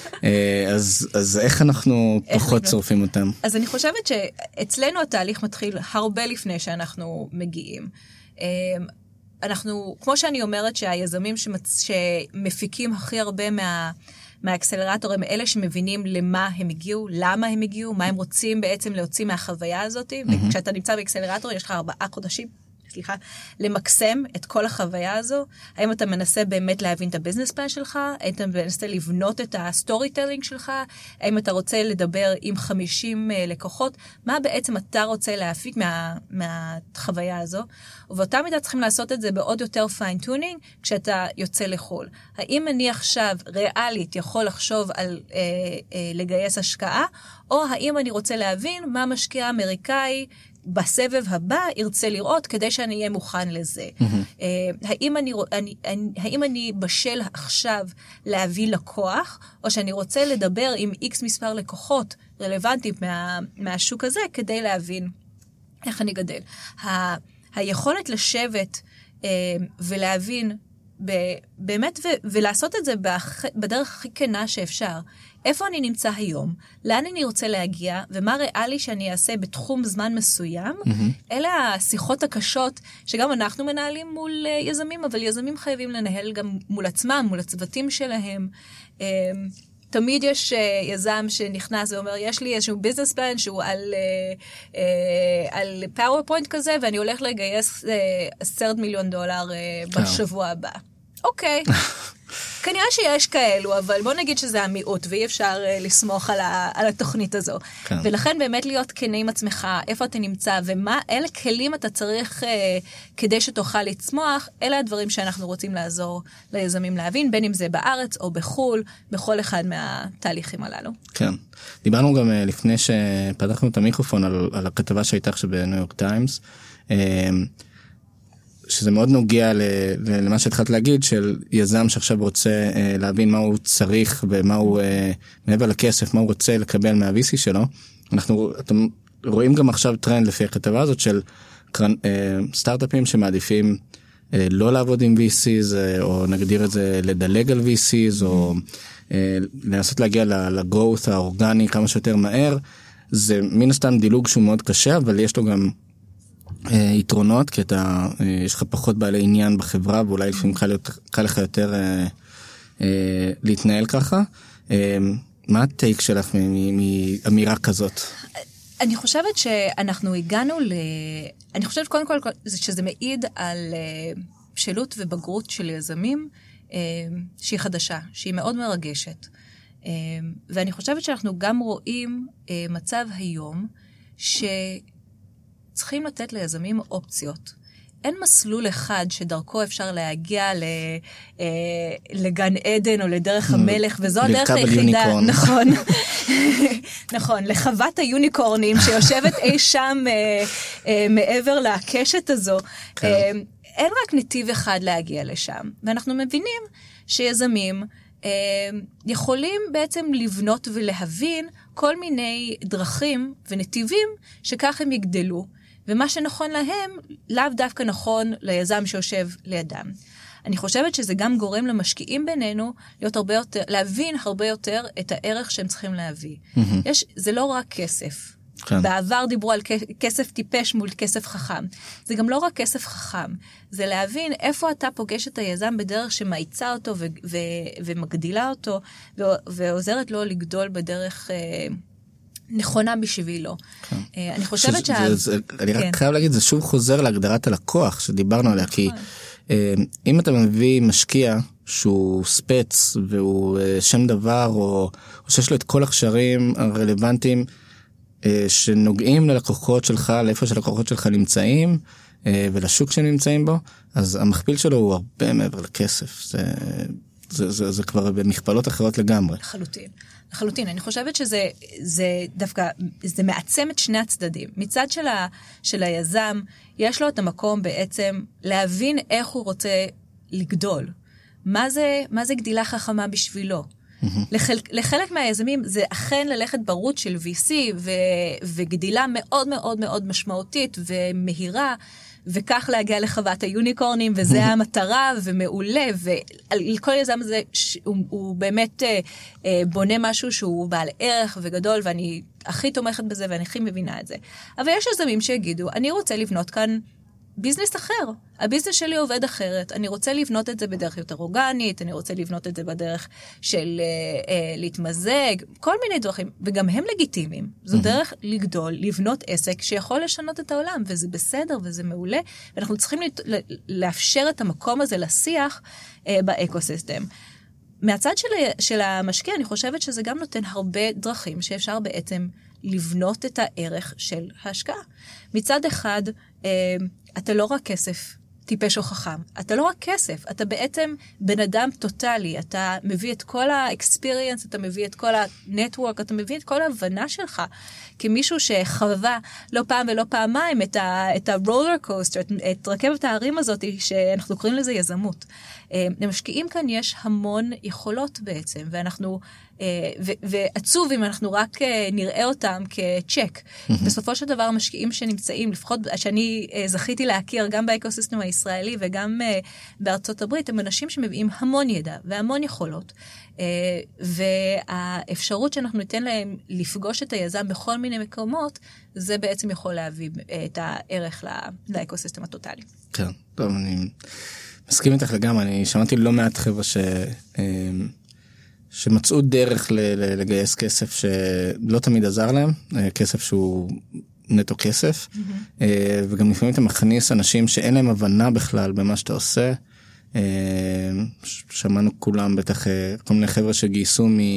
אז איך אנחנו פחות שורפים אותם? אז אני חושבת שאצלנו התהליך מתחיל הרבה לפני שאנחנו מגיעים. אנחנו, כמו שאני אומרת שהיזמים שמפיקים הכי הרבה מה... מהאקסלרטור הם אלה שמבינים למה הם הגיעו, למה הם הגיעו, מה הם רוצים בעצם להוציא מהחוויה הזאת, mm-hmm. וכשאתה נמצא באקסלרטור יש לך ארבעה חודשים, סליחה, למקסם את כל החוויה הזו. האם אתה מנסה באמת להבין את הביזנס פלן שלך? האם אתה מנסה לבנות את הסטורי טלינג שלך? האם אתה רוצה לדבר עם חמישים לקוחות? מה בעצם אתה רוצה להפיק מה, מהחוויה הזו? ובאותה מידה צריכים לעשות את זה בעוד יותר פיין-טונינג כשאתה יוצא לחול. האם אני עכשיו ריאלית יכול לחשוב על אה, אה, לגייס השקעה? או האם אני רוצה להבין מה משקיע אמריקאי בסבב הבא ירצה לראות כדי שאני אהיה מוכן לזה. Mm-hmm. האם אני, אני, אני, האם אני בשל עכשיו להביא לקוח, או שאני רוצה לדבר עם X מספר לקוחות רלוונטיים מה, מהשוק הזה, כדי להבין איך אני גדל. ה, היכולת לשבת ולהבין באמת ו- ולעשות את זה בדרך הכי כנה שאפשר. איפה אני נמצא היום? לאן אני רוצה להגיע? ומה ריאלי שאני אעשה בתחום זמן מסוים? Mm-hmm. אלה השיחות הקשות שגם אנחנו מנהלים מול יזמים, אבל יזמים חייבים לנהל גם מול עצמם, מול הצוותים שלהם. תמיד יש יזם שנכנס ואומר, יש לי איזשהו ביזנס פלן שהוא על, על פאורפוינט כזה, ואני הולך לגייס עשרת מיליון דולר בשבוע הבא. אוקיי. כנראה שיש כאלו, אבל בוא נגיד שזה המיעוט, ואי אפשר לסמוך על, ה, על התוכנית הזו. כן. ולכן באמת להיות כנה עם עצמך, איפה אתה נמצא, ומה, אלה כלים אתה צריך אה, כדי שתוכל לצמוח, אלה הדברים שאנחנו רוצים לעזור ליזמים להבין, בין אם זה בארץ או בחול, בכל אחד מהתהליכים הללו. כן. דיברנו גם אה, לפני שפתחנו את המיקרופון על, על הכתבה שהייתה עכשיו בניו יורק טיימס, אה, שזה מאוד נוגע למה שהתחלת להגיד, של יזם שעכשיו רוצה להבין מה הוא צריך ומה הוא, מעבר לכסף, מה הוא רוצה לקבל מה-וי סי שלו. אנחנו, אתם רואים גם עכשיו טרנד לפי הכתבה הזאת של סטארט-אפים שמעדיפים לא לעבוד עם וי סיז, או נגדיר את זה לדלג על וי סיז, או לנסות להגיע לגרוות האורגני כמה שיותר מהר. זה מן הסתם דילוג שהוא מאוד קשה, אבל יש לו גם יתרונות, כי אתה, יש לך פחות בעלי עניין בחברה, ואולי לפעמים קל לך יותר להתנהל ככה. מה הטייק שלך מאמירה כזאת? אני חושבת שאנחנו הגענו ל... אני חושבת קודם כל שזה מעיד על בשלות ובגרות של יזמים שהיא חדשה, שהיא מאוד מרגשת. ואני חושבת שאנחנו גם רואים מצב היום שצריכים לתת ליזמים אופציות. אין מסלול אחד שדרכו אפשר להגיע לגן עדן או לדרך המלך, וזו הדרך היחידה. נכון. נכון, לחוות היוניקורנים שיושבת אי שם מעבר לקשת הזו. אין רק נתיב אחד להגיע לשם. ואנחנו מבינים שיזמים יכולים בעצם לבנות ולהבין כל מיני דרכים ונתיבים שכך הם יגדלו. ומה שנכון להם, לאו דווקא נכון ליזם שיושב לידם. אני חושבת שזה גם גורם למשקיעים בינינו להיות הרבה יותר, להבין הרבה יותר את הערך שהם צריכים להביא. Mm-hmm. יש, זה לא רק כסף. כן. בעבר דיברו על כסף טיפש מול כסף חכם. זה גם לא רק כסף חכם. זה להבין איפה אתה פוגש את היזם בדרך שמאיצה אותו ו- ו- ומגדילה אותו, ו- ועוזרת לו לגדול בדרך... אה, נכונה בשבילו. כן. אני חושבת שה... זה, זה, אני כן. רק חייב להגיד, זה שוב חוזר להגדרת הלקוח שדיברנו עליה, כי אם אתה מביא משקיע שהוא ספץ והוא שם דבר, או, או שיש לו את כל הקשרים הרלוונטיים שנוגעים ללקוחות שלך, לאיפה שלקוחות שלך נמצאים, ולשוק שהם נמצאים בו, אז המכפיל שלו הוא הרבה מעבר לכסף. זה, זה, זה, זה כבר במכפלות אחרות לגמרי. לחלוטין. לחלוטין. אני חושבת שזה זה דווקא, זה מעצם את שני הצדדים. מצד של, ה, של היזם, יש לו את המקום בעצם להבין איך הוא רוצה לגדול. מה זה, מה זה גדילה חכמה בשבילו? Mm-hmm. לחל, לחלק מהיזמים זה אכן ללכת ברות של וי סי ו, וגדילה מאוד מאוד מאוד משמעותית ומהירה, וכך להגיע לחוות היוניקורנים, וזה המטרה, ומעולה, ועל כל יזם הזה, הוא, הוא באמת אה, אה, בונה משהו שהוא בעל ערך וגדול, ואני הכי תומכת בזה, ואני הכי מבינה את זה. אבל יש יזמים שיגידו, אני רוצה לבנות כאן ביזנס אחר. הביזנס שלי עובד אחרת. אני רוצה לבנות את זה בדרך יותר אורגנית, אני רוצה לבנות את זה בדרך של אה, אה, להתמזג, כל מיני דרכים, וגם הם לגיטימיים. זו דרך לגדול, לבנות עסק שיכול לשנות את העולם, וזה בסדר וזה מעולה, ואנחנו צריכים לאפשר את המקום הזה לשיח אה, באקוסיסטם. מהצד של, של המשקיע, אני חושבת שזה גם נותן הרבה דרכים שאפשר בעצם לבנות את הערך של ההשקעה. מצד אחד, אה, אתה לא רק כסף טיפש או חכם, אתה לא רק כסף, אתה בעצם בן אדם טוטלי, אתה מביא את כל האקספיריאנס, אתה מביא את כל הנטוורק, אתה מביא את כל ההבנה שלך, כמישהו שחווה לא פעם ולא פעמיים את, ה, את הרולר קוסטר, את, את רכבת הערים הזאת, שאנחנו קוראים לזה יזמות. למשקיעים כאן יש המון יכולות בעצם, ואנחנו, ו, ועצוב אם אנחנו רק נראה אותם כצ'ק. בסופו של דבר, המשקיעים שנמצאים, לפחות שאני זכיתי להכיר גם באקוסיסטם הישראלי וגם בארצות הברית, הם אנשים שמביאים המון ידע והמון יכולות. והאפשרות שאנחנו ניתן להם לפגוש את היזם בכל מיני מקומות, זה בעצם יכול להביא את הערך לאקוסיסטם הטוטלי. כן, טוב, אני מסכים איתך לגמרי. אני שמעתי לא מעט חבר'ה ש... שמצאו דרך לגייס כסף שלא תמיד עזר להם, כסף שהוא נטו כסף, mm-hmm. וגם לפעמים אתה מכניס אנשים שאין להם הבנה בכלל במה שאתה עושה. שמענו כולם בטח כל מיני חבר'ה שגייסו מ...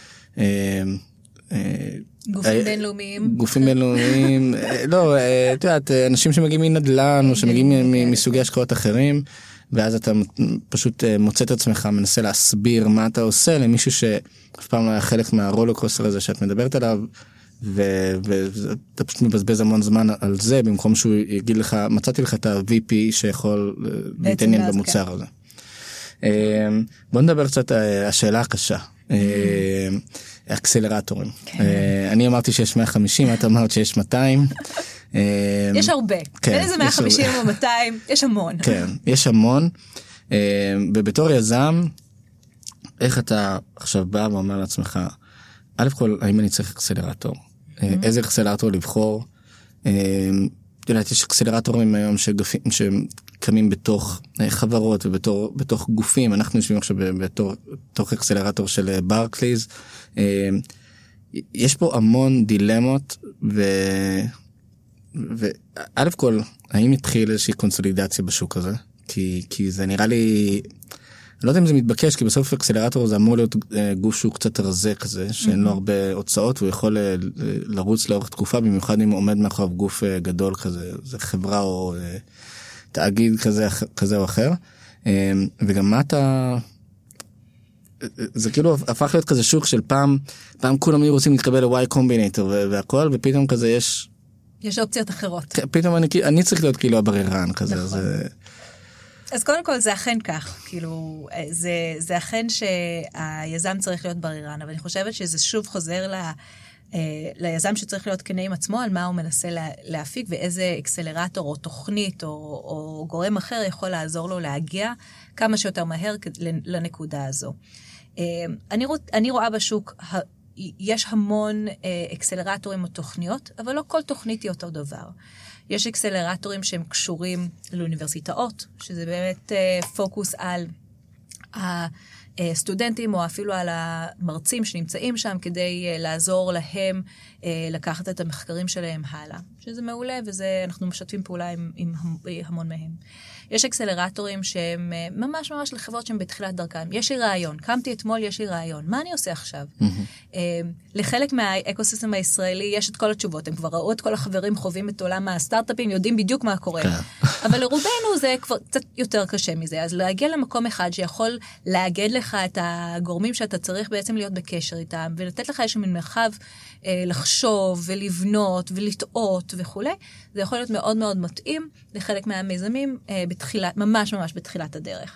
גופים בינלאומיים. גופים בינלאומיים, לא, את יודעת, אנשים שמגיעים מנדל"ן או שמגיעים מסוגי השקעות אחרים, ואז אתה פשוט מוצא את עצמך, מנסה להסביר מה אתה עושה למישהו שאף פעם לא היה חלק מהרולוקוסטר הזה שאת מדברת עליו, ואתה פשוט מבזבז המון זמן על זה, במקום שהוא יגיד לך, מצאתי לך את ה-וי פי שיכול להתעניין במוצר הזה. בוא נדבר קצת השאלה הקשה. אקסלרטורים. אני אמרתי שיש מאה וחמישים, את אמרת שיש מאתיים. יש הרבה. אין איזה מאה וחמישים או מאתיים, יש המון. כן, יש המון. ובתור יזם, איך אתה עכשיו בא ואומר לעצמך, א' כל, האם אני צריך אקסלרטור? איזה אקסלרטור לבחור? יודעת, יש אקסלרטורים היום שקמים בתוך חברות ובתוך גופים. אנחנו יושבים עכשיו בתוך אקסלרטור של ברקליז. יש פה המון דילמות, וא' כל, האם התחיל איזושהי קונסולידציה בשוק הזה? כי, כי זה נראה לי, אני לא יודע אם זה מתבקש, כי בסוף אקסלרטור זה אמור להיות גוף שהוא קצת רזה כזה, שאין לו הרבה הוצאות, הוא יכול לרוץ לאורך תקופה, במיוחד אם הוא עומד מאחוריו גוף גדול כזה, זה חברה או תאגיד כזה, כזה או אחר. וגם מה אתה, זה כאילו הפך להיות כזה שוק של פעם, פעם כולם היו רוצים להתקבל ל-Y Combinator והכל, ופתאום כזה יש... יש אופציות אחרות. פתאום אני, אני צריך להיות כאילו הבררן כזה, נכון. זה... אז קודם כל זה אכן כך, כאילו, זה, זה אכן שהיזם צריך להיות בררן, אבל אני חושבת שזה שוב חוזר ל, ליזם שצריך להיות כנה עם עצמו, על מה הוא מנסה לה, להפיק, ואיזה אקסלרטור או תוכנית או, או גורם אחר יכול לעזור לו להגיע כמה שיותר מהר לנקודה הזו. אני, אני רואה בשוק, יש המון אקסלרטורים או תוכניות, אבל לא כל תוכנית היא אותו דבר. יש אקסלרטורים שהם קשורים לאוניברסיטאות, שזה באמת פוקוס על הסטודנטים או אפילו על המרצים שנמצאים שם, כדי לעזור להם לקחת את המחקרים שלהם הלאה. שזה מעולה, ואנחנו משתפים פעולה עם, עם המון מהם. יש אקסלרטורים שהם ממש ממש לחברות שהם בתחילת דרכם. יש לי רעיון, קמתי אתמול, יש לי רעיון. מה אני עושה עכשיו? Mm-hmm. לחלק מהאקוסיסטם הישראלי יש את כל התשובות. הם כבר ראו את כל החברים חווים את עולם הסטארט-אפים, יודעים בדיוק מה קורה. אבל לרובנו זה כבר קצת יותר קשה מזה. אז להגיע למקום אחד שיכול לאגד לך את הגורמים שאתה צריך בעצם להיות בקשר איתם, ולתת לך איזשהו מין מרחב לחשוב ולבנות ולטעות וכו'. זה יכול להיות מאוד מאוד מתאים לחלק מהמיזמים בתחילת, ממש ממש בתחילת הדרך.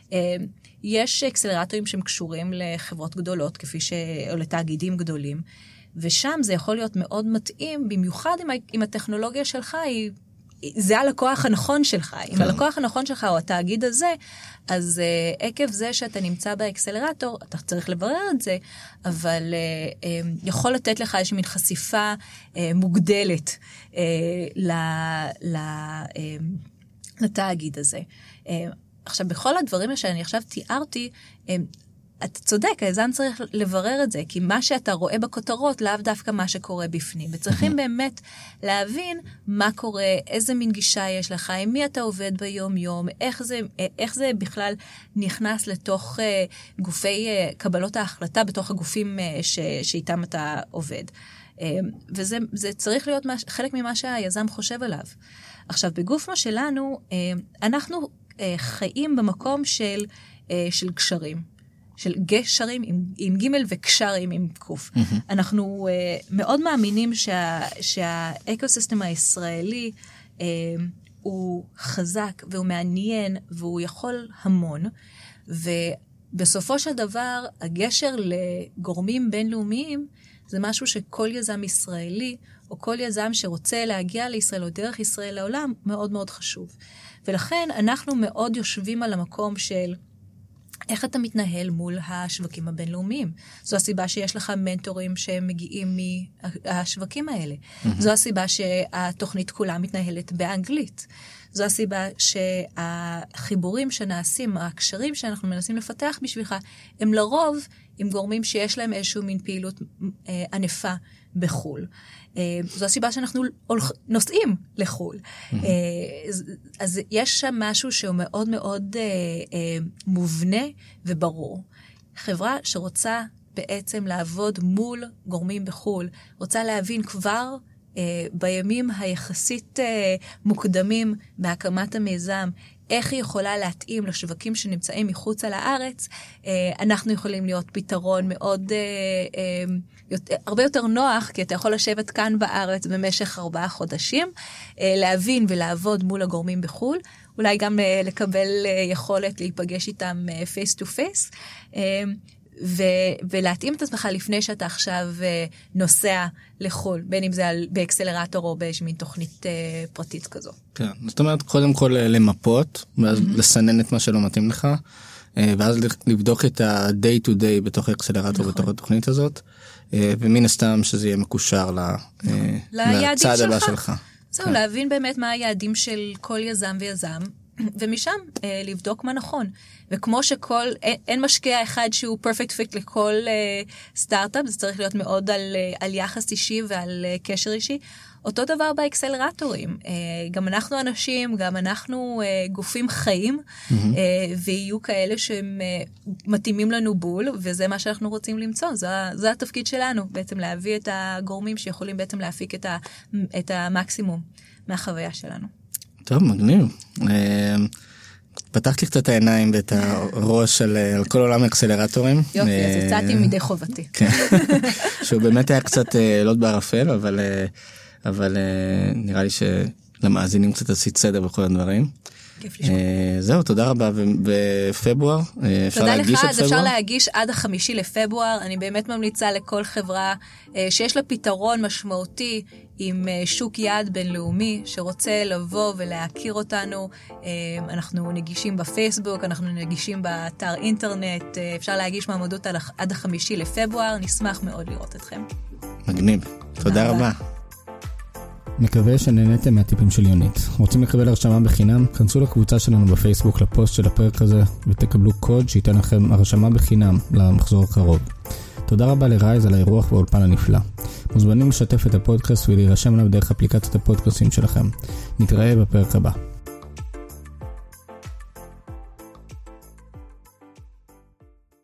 יש אקסלרטורים שהם קשורים לחברות גדולות, כפי ש... או לתאגידים גדולים, ושם זה יכול להיות מאוד מתאים, במיוחד אם, אם הטכנולוגיה שלך היא, זה הלקוח הנכון שלך. אם הלקוח הנכון שלך או התאגיד הזה, אז uh, עקב זה שאתה נמצא באקסלרטור, אתה צריך לברר את זה, אבל uh, um, יכול לתת לך איזושהי מין חשיפה uh, מוגדלת uh, ל, ל, uh, לתאגיד הזה. Uh, עכשיו, בכל הדברים שאני עכשיו תיארתי, uh, אתה צודק, היזם צריך לברר את זה, כי מה שאתה רואה בכותרות, לאו דווקא מה שקורה בפנים. וצריכים באמת להבין מה קורה, איזה מין גישה יש לך, עם מי אתה עובד ביום-יום, איך זה, איך זה בכלל נכנס לתוך uh, גופי uh, קבלות ההחלטה, בתוך הגופים uh, ש, שאיתם אתה עובד. Uh, וזה זה צריך להיות מה, חלק ממה שהיזם חושב עליו. עכשיו, בגוף מה שלנו, uh, אנחנו uh, חיים במקום של, uh, של קשרים. של גשרים עם, עם ג' וקשרים עם קוף. Mm-hmm. אנחנו uh, מאוד מאמינים שה, שהאקוסיסטם הישראלי uh, הוא חזק והוא מעניין והוא יכול המון, ובסופו של דבר הגשר לגורמים בינלאומיים זה משהו שכל יזם ישראלי או כל יזם שרוצה להגיע לישראל או דרך ישראל לעולם מאוד מאוד חשוב. ולכן אנחנו מאוד יושבים על המקום של איך אתה מתנהל מול השווקים הבינלאומיים. זו הסיבה שיש לך מנטורים שמגיעים מהשווקים האלה. Mm-hmm. זו הסיבה שהתוכנית כולה מתנהלת באנגלית. זו הסיבה שהחיבורים שנעשים, הקשרים שאנחנו מנסים לפתח בשבילך, הם לרוב עם גורמים שיש להם איזשהו מין פעילות אה, ענפה בחול. אה, זו הסיבה שאנחנו נוסעים לחול. Mm-hmm. אה, אז, אז יש שם משהו שהוא מאוד מאוד אה, אה, מובנה וברור. חברה שרוצה בעצם לעבוד מול גורמים בחול, רוצה להבין כבר אה, בימים היחסית אה, מוקדמים בהקמת המיזם, איך היא יכולה להתאים לשווקים שנמצאים מחוץ על הארץ, אנחנו יכולים להיות פתרון מאוד, הרבה יותר נוח, כי אתה יכול לשבת כאן בארץ במשך ארבעה חודשים, להבין ולעבוד מול הגורמים בחול, אולי גם לקבל יכולת להיפגש איתם face to face, ו- ולהתאים את עצמך לפני שאתה עכשיו נוסע לחול, בין אם זה על, באקסלרטור או באיזושהי מין תוכנית uh, פרטית כזו. כן, זאת אומרת, קודם כל למפות, ואז mm-hmm. לסנן את מה שלא מתאים לך, ואז לבדוק את ה-day to day בתוך האקסלרטור, נכון. בתוך התוכנית הזאת, ומן הסתם שזה יהיה מקושר נכון. לצד הבא שלך. זהו, כן. להבין באמת מה היעדים של כל יזם ויזם, ומשם אה, לבדוק מה נכון. וכמו שכל, אין, אין משקיע אחד שהוא perfect fit לכל אה, סטארט-אפ, זה צריך להיות מאוד על, אה, על יחס אישי ועל אה, קשר אישי. אותו דבר באקסלרטורים. אה, גם אנחנו אנשים, גם אנחנו אה, גופים חיים, mm-hmm. אה, ויהיו כאלה שהם אה, מתאימים לנו בול, וזה מה שאנחנו רוצים למצוא. זה, זה התפקיד שלנו, בעצם להביא את הגורמים שיכולים בעצם להפיק את, ה, את המקסימום מהחוויה שלנו. טוב, מגניב. פתחת לי קצת העיניים ואת הראש על כל עולם האקסלרטורים. יופי, אז יצאתי מדי חובתי. כן, שהוא באמת היה קצת לוט בערפל, אבל, אבל נראה לי שלמאזינים קצת עשית סדר בכל הדברים. כיף לשמוע. זהו, תודה רבה. בפברואר, אפשר להגיש את פברואר? תודה לך, אז אפשר להגיש עד החמישי לפברואר. אני באמת ממליצה לכל חברה שיש לה פתרון משמעותי עם שוק יעד בינלאומי שרוצה לבוא ולהכיר אותנו. אנחנו נגישים בפייסבוק, אנחנו נגישים באתר אינטרנט, אפשר להגיש מעמדות עד החמישי לפברואר. נשמח מאוד לראות אתכם. מגניב. תודה רבה. מקווה שנהנתם מהטיפים של יונית. רוצים לקבל הרשמה בחינם? כנסו לקבוצה שלנו בפייסבוק לפוסט של הפרק הזה ותקבלו קוד שייתן לכם הרשמה בחינם למחזור הקרוב. תודה רבה לרייז על האירוח והאולפן הנפלא. מוזמנים לשתף את הפודקאסט ולהירשם עליו דרך אפליקציית הפודקאסטים שלכם. נתראה בפרק הבא.